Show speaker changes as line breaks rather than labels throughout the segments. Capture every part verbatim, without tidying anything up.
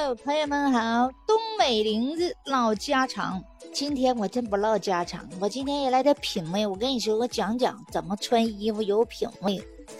Hello， 朋友们好，东北林子唠家常。今天我真不唠家常，我今天也来点品味。我跟你说，我讲讲怎么穿衣服有品味。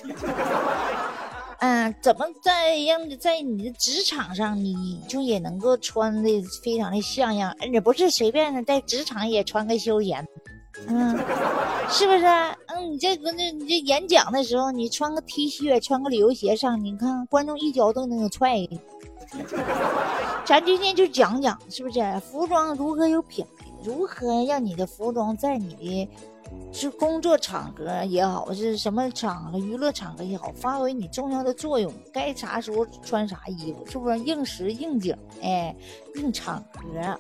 嗯，怎么在让在你的职场上，你就也能够穿的非常的像样，而且不是随便的在职场也穿个休闲。嗯，是不是？嗯，你这个那你这演讲的时候，你穿个 T 恤，穿个旅游鞋上，你看观众一脚都能踹你。咱今天就讲讲，是不是服装如何有品味，如何让你的服装在你的是工作场合也好，是什么场合娱乐场合也好，发挥你重要的作用。该啥时候穿啥衣服，是不是应时应景？哎，应场合。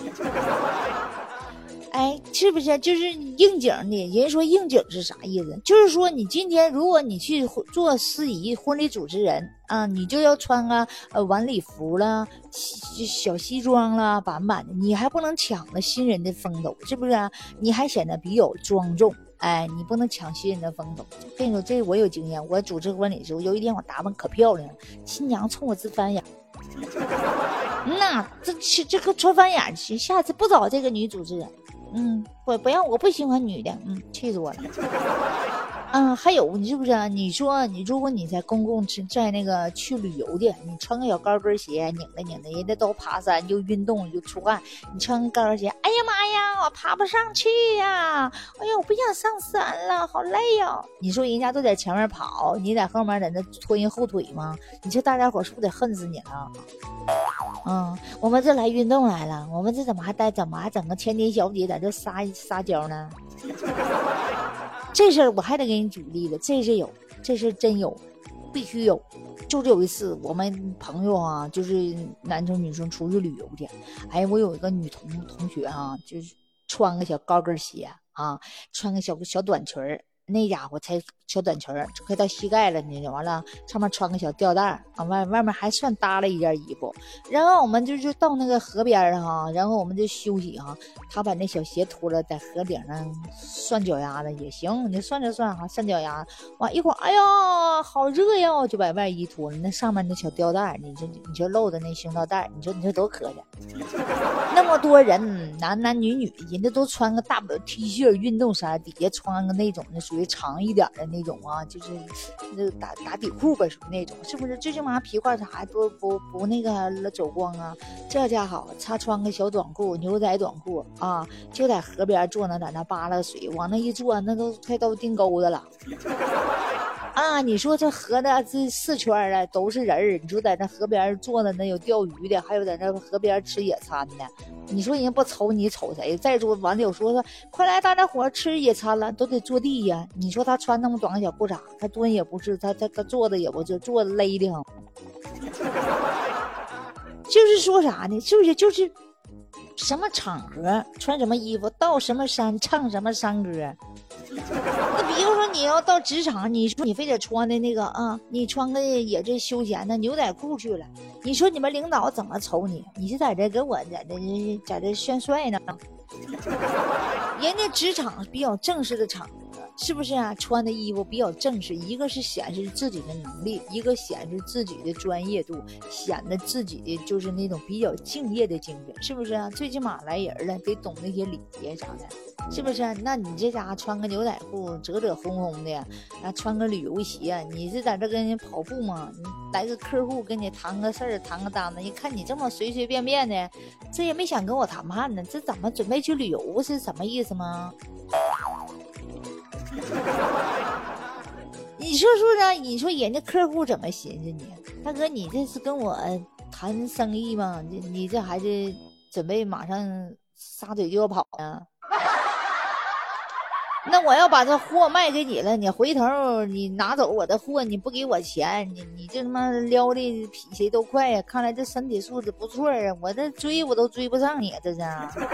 哎，是不是就是应景的？人说应景是啥意思？就是说你今天如果你去做司仪、婚礼主持人啊，你就要穿个呃晚礼服啦、小西装啦、板板的，你还不能抢了新人的风头，是不是、啊？你还显得比较庄重。哎，你不能抢新人的风头。跟你说，这我有经验。我主持婚礼的时候，有一天我打扮可漂亮了，新娘冲我直翻眼。那这这个穿翻眼去，下次不找这个女主持人。嗯，不不要，我不喜欢女的，嗯，气死我了。嗯，还有你是不是、啊？你说你如果你在公共在那个去旅游的，你穿个小高跟鞋，拧着拧着，人家都爬山又运动又出汗，你穿个高跟鞋，哎呀妈呀，我爬不上去呀！哎呀，我不想上山了，好累呀、哦！你说人家都在前面跑，你在后面在那拖人后腿吗？你说大家伙是不是得恨死你了？嗯，我们这来运动来了，我们这怎么还带怎么还整个千金小姐在这撒撒娇呢？这事儿我还得给你举例子，这事有，这事真有，必须有。就是有一次我们朋友啊，就是男生女生出去旅游去，哎，我有一个女同同学啊，就是穿个小高跟鞋啊，穿个小小短裙儿。那家伙才小短裙就快到膝盖了，你完了上面穿个小吊带啊，外外面还算搭了一件衣服。然后我们就就到那个河边哈、啊，然后我们就休息哈、啊。他把那小鞋脱了，在河顶上涮脚丫子也行，你涮着涮哈，涮脚丫子。哇，一会儿哎呀，好热呀，就把外衣脱了，那上面那小吊带，你说你就露的那胸罩带，你说你说多磕碜。那么多人，男男女女，人家都穿个大 T 恤运动衫，底下穿个那种的属于长一点的那种啊，就是那个打打底裤吧，属于那种，是不是？最起码皮褂啥不不不那个走光啊。这家好，他穿个小短裤，牛仔短裤啊，就在河边坐那，在那扒拉水，往那一坐，那都快到腚沟子了。啊，你说这河的这四圈了都是人儿，你说在那河边坐的那有钓鱼的，还有在那河边吃野餐的，你说人家不瞅你瞅谁？再说完了有说说快来大家伙吃野餐了，都得坐地呀。你说他穿那么短个小裤衩，他蹲也不是，他他他坐的也不是，坐的勒的很。就是说啥呢？是不是就是什么场合穿什么衣服，到什么山唱什么山歌？那比如说你要到职场，你说你非得穿的那个啊，你穿个也这休闲的牛仔裤去了，你说你们领导怎么瞅你？你是在这给我在这在这炫帅呢？人家职场比较正式的场合，是不是啊？穿的衣服比较正式，一个是显示自己的能力，一个显示自己的专业度，显得自己的就是那种比较敬业的精神，是不是啊？最起码来人了，得懂那些礼节啥的，是不是、啊？那你这家穿个牛仔裤，褶褶烘烘的，啊，穿个旅游鞋，你是在这跟人跑步吗？你来个客户跟你谈个事儿，谈个单子，一看你这么随随便便的，这也没想跟我谈判呢，这怎么准备去旅游是什么意思吗？你说说呢？你说人家客户怎么寻思你？大哥，你这是跟我谈生意吗？你你这还是准备马上撒腿就要跑呢？那我要把这货卖给你了，你回头你拿走我的货，你不给我钱，你你这他妈撩的比谁都快呀！看来这身体素质不错啊，我这追我都追不上你，这是。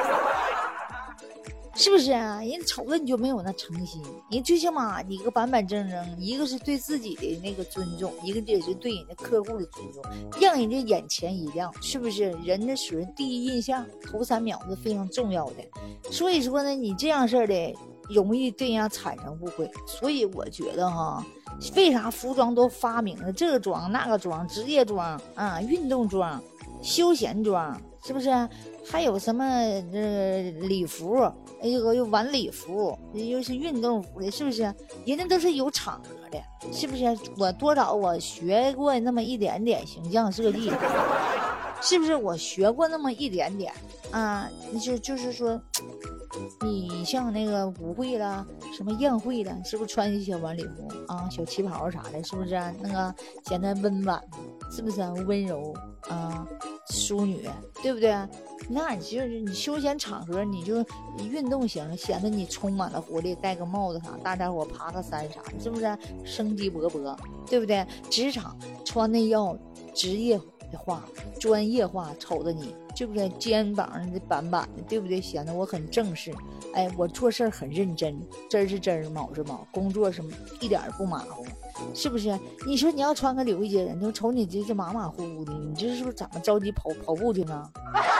是不是啊？人瞅着你就没有那诚心，人最起码你个板板正正，一个是对自己的那个尊重，一个也是对人家客户的尊重，让人家眼前一亮，是不是？人家属于第一印象，头三秒是非常重要的。所以说呢，你这样式的容易对人家产生误会。所以我觉得哈，为啥服装都发明了这个装那个装，职业装啊，运动装。 休闲装，是不是？还有什么呃礼服，有个有晚礼服，又是运动服的，是不是？人家都是有场合的，是不是？我多少我学过那么一点点形象设计，是不是？我学过那么一点点啊，就就是说。你像那个舞会啦，什么宴会了，是不是穿一些晚礼服啊，小旗袍啥的，是不是、啊、那个显得温婉，是不是、啊、温柔啊，淑女，对不对？那你就是你休闲场合，你就运动型，显得你充满了活力，戴个帽子啥，大家伙爬个山啥的，是不是生机勃勃，对不对？职场穿的要职业化、专业化，瞅着你。对不对？肩膀上的板板的，对不对？显得我很正式。哎，我做事很认真，真是真，毛是毛，工作什么一点不马虎，是不是？你说你要穿个刘一杰人，就瞅你这这马马虎虎的，你这是不是怎么着急跑跑步去呢？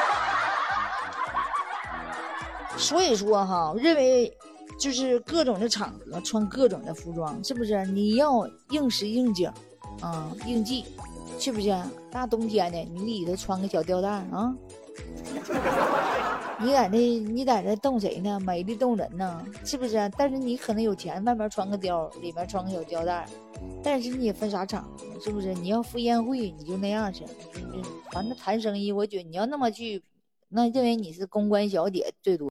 所以说哈，认为就是各种的场合穿各种的服装，是不是？你要应时应景啊、嗯，应季。是不是？大冬天的，你里头穿个小吊带啊？你在这，你在这冻谁呢？美丽动人呢，是不是？但是你可能有钱，外面穿个貂，里面穿个小吊带，但是你也分啥场合，是不是？你要赴宴会，你就那样去。反正谈生意，我觉得你要那么去，那认为你是公关小姐最多。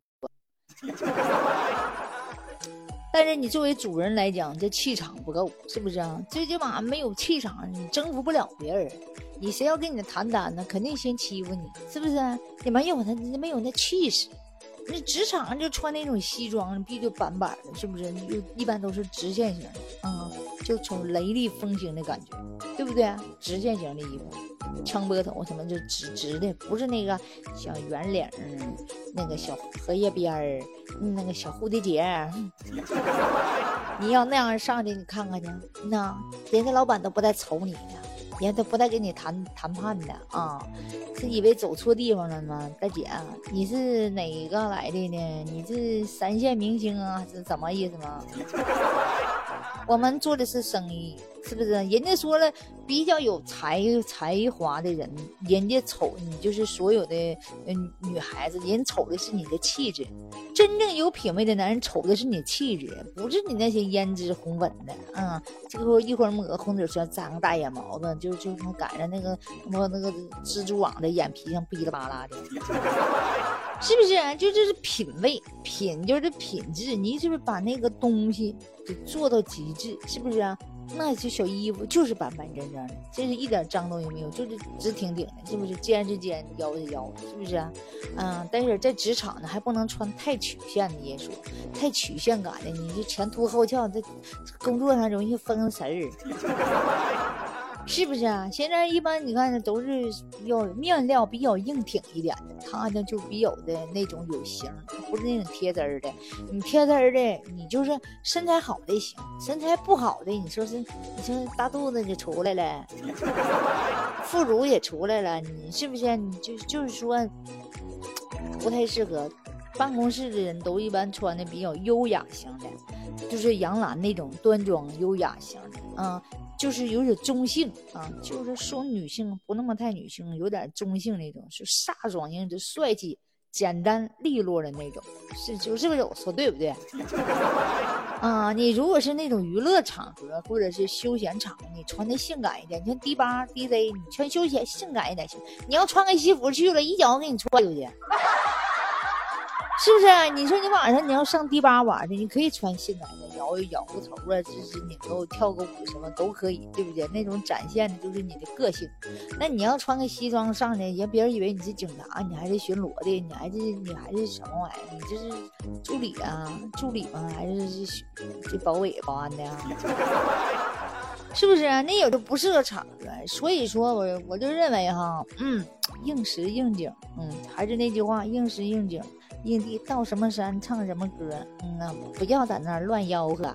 但是你作为主人来讲，这气场不够，是不是啊？最起码没有气场，你征服不了别人。你谁要跟你谈单呢？肯定先欺负你，是不是？你没有那，你没有那气势。你职场上就穿那种西装，必须板板的，是不是？又一般都是直线型的，啊、嗯，就从雷厉风行的感觉，对不对？直线型的衣服，枪波头什么就直直的，不是那个小圆领，那个小荷叶边儿，那个小蝴蝶结。你要那样上去，你看看去，那人家老板都不带瞅你的。人家都不带跟你谈谈判的啊，是以为走错地方了吗？大姐，你是哪个来的呢？你是三线明星啊，是怎么意思吗？我们做的是生意，是不是？人家说了，比较有才才华的人，人家瞅你就是所有的嗯女孩子，人瞅的是你的气质。真正有品位的男人瞅的是你气质，不是你那些胭脂红粉的啊、嗯！这个一会儿抹个红嘴唇，扎个大眼毛子，就就赶上那个摸那个蜘蛛网的眼皮上哔啦吧啦的，是不是？就这是品味，品就是品质，你是不是把那个东西就做到极致，是不是啊？那些小衣服就是板板正正的，这是一点脏东西没有，就是直挺挺的，是不是？肩是肩，腰是腰，是不是啊？嗯，但是在职场呢，还不能穿太曲线的衣服，太曲线感的，你就前凸后翘，在工作上容易分神儿。是不是啊？现在一般你看都是比较面料比较硬挺一点的，它呢就比较的那种有型，不是那种贴字儿的。你贴字儿的，你就是身材好的行，身材不好的，你说是，你说大肚子就出来了，副乳也出来了，你是不是？你就就是说不太适合。办公室的人都一般穿的比较优雅型的，就是杨澜那种端庄优雅型的啊。就是有点中性啊，就是说女性不那么太女性，有点中性那种，是飒爽型，就帅气、简单利落的那种，是就是不是我说对不对？啊，你如果是那种娱乐场合或者是休闲场，你穿的性感一点，你像迪吧、D J， 你穿休闲性感一点行。你要穿个西服去了，一脚给你踹出去。是不是？你说你晚上你要上迪吧玩去，你可以穿性感的，摇一摇个头啊，支支拧个跳个舞什么都可以，对不对？那种展现的就是你的个性。那你要穿个西装上去，人别人以为你是警察，你还是巡逻的，你还是你还是什么玩意儿？你这是助理啊？助理吗？还是这保卫保安的啊？是不是？那有的不适合场合，所以说我我就认为哈，嗯，应时应景，嗯，还是那句话，应时应景。应地到什么山唱什么歌，嗯啊，不要在那儿乱吆喝。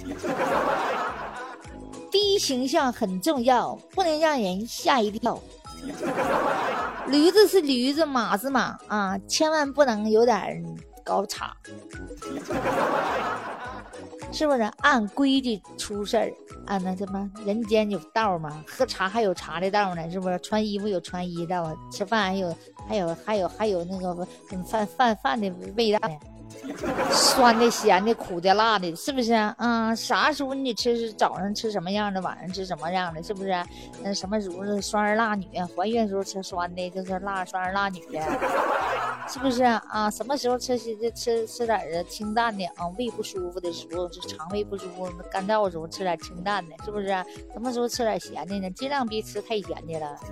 第一形象很重要，不能让人吓一跳。驴子是驴子，马是马啊，千万不能有点高差。 是不是？按规矩出事儿，按那什么人间有道嘛，喝茶还有茶的道呢，是不是？穿衣服有穿衣道啊，吃饭还有还有还有还有那个饭饭饭的味道呢。酸的、咸的、苦的、辣的，是不是啊？嗯，啥时候你吃早上吃什么样的，晚上吃什么样的，是不是？那什么时候酸儿辣女，怀孕时候吃酸的，就是辣酸儿辣女的，是不是啊？什么时候吃吃吃吃点儿清淡的啊？胃不舒服的时候，就肠胃不舒服、干燥的时候吃点清淡的，是不是？什么时候吃点咸的呢？尽量别吃太咸的了。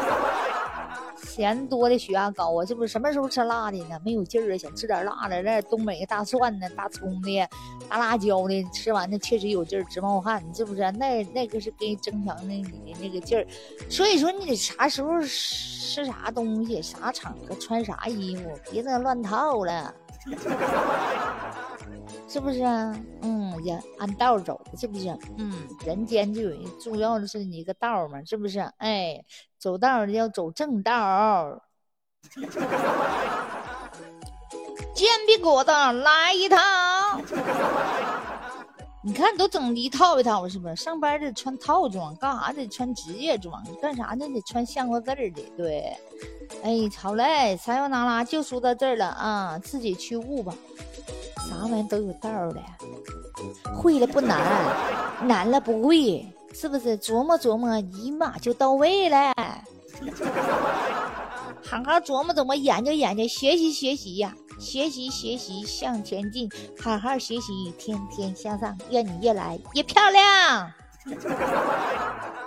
咸多的血压高啊，是不是？什么时候吃辣的呢？没有劲儿啊，想吃点辣的，那东北大蒜呢、大葱的、大辣椒的，吃完的确实有劲儿，直冒汗，是不是？那那个是给增强那你的那个劲儿。所以说，你得啥时候吃啥东西，啥场合穿啥衣服，别那乱套了。是不是啊？嗯，也按道走，是不是？嗯，人间就有重要的是你一个道嘛，是不是？哎，走道要走正道。煎饼果子来一套，你看都整一套一套，是不是？上班得穿套装，干啥得穿职业装，干啥呢得穿像个字儿的，对。哎，好嘞，撒由那拉就说到这儿了啊，自己去悟吧。啥玩意都有道的，会了不难，难了不会，是不是？琢磨琢磨，一码就到位了。好好琢磨琢磨，研究研究，学习学习呀，学习学习向前进，好好学习，天天向上，愿你越来越漂亮。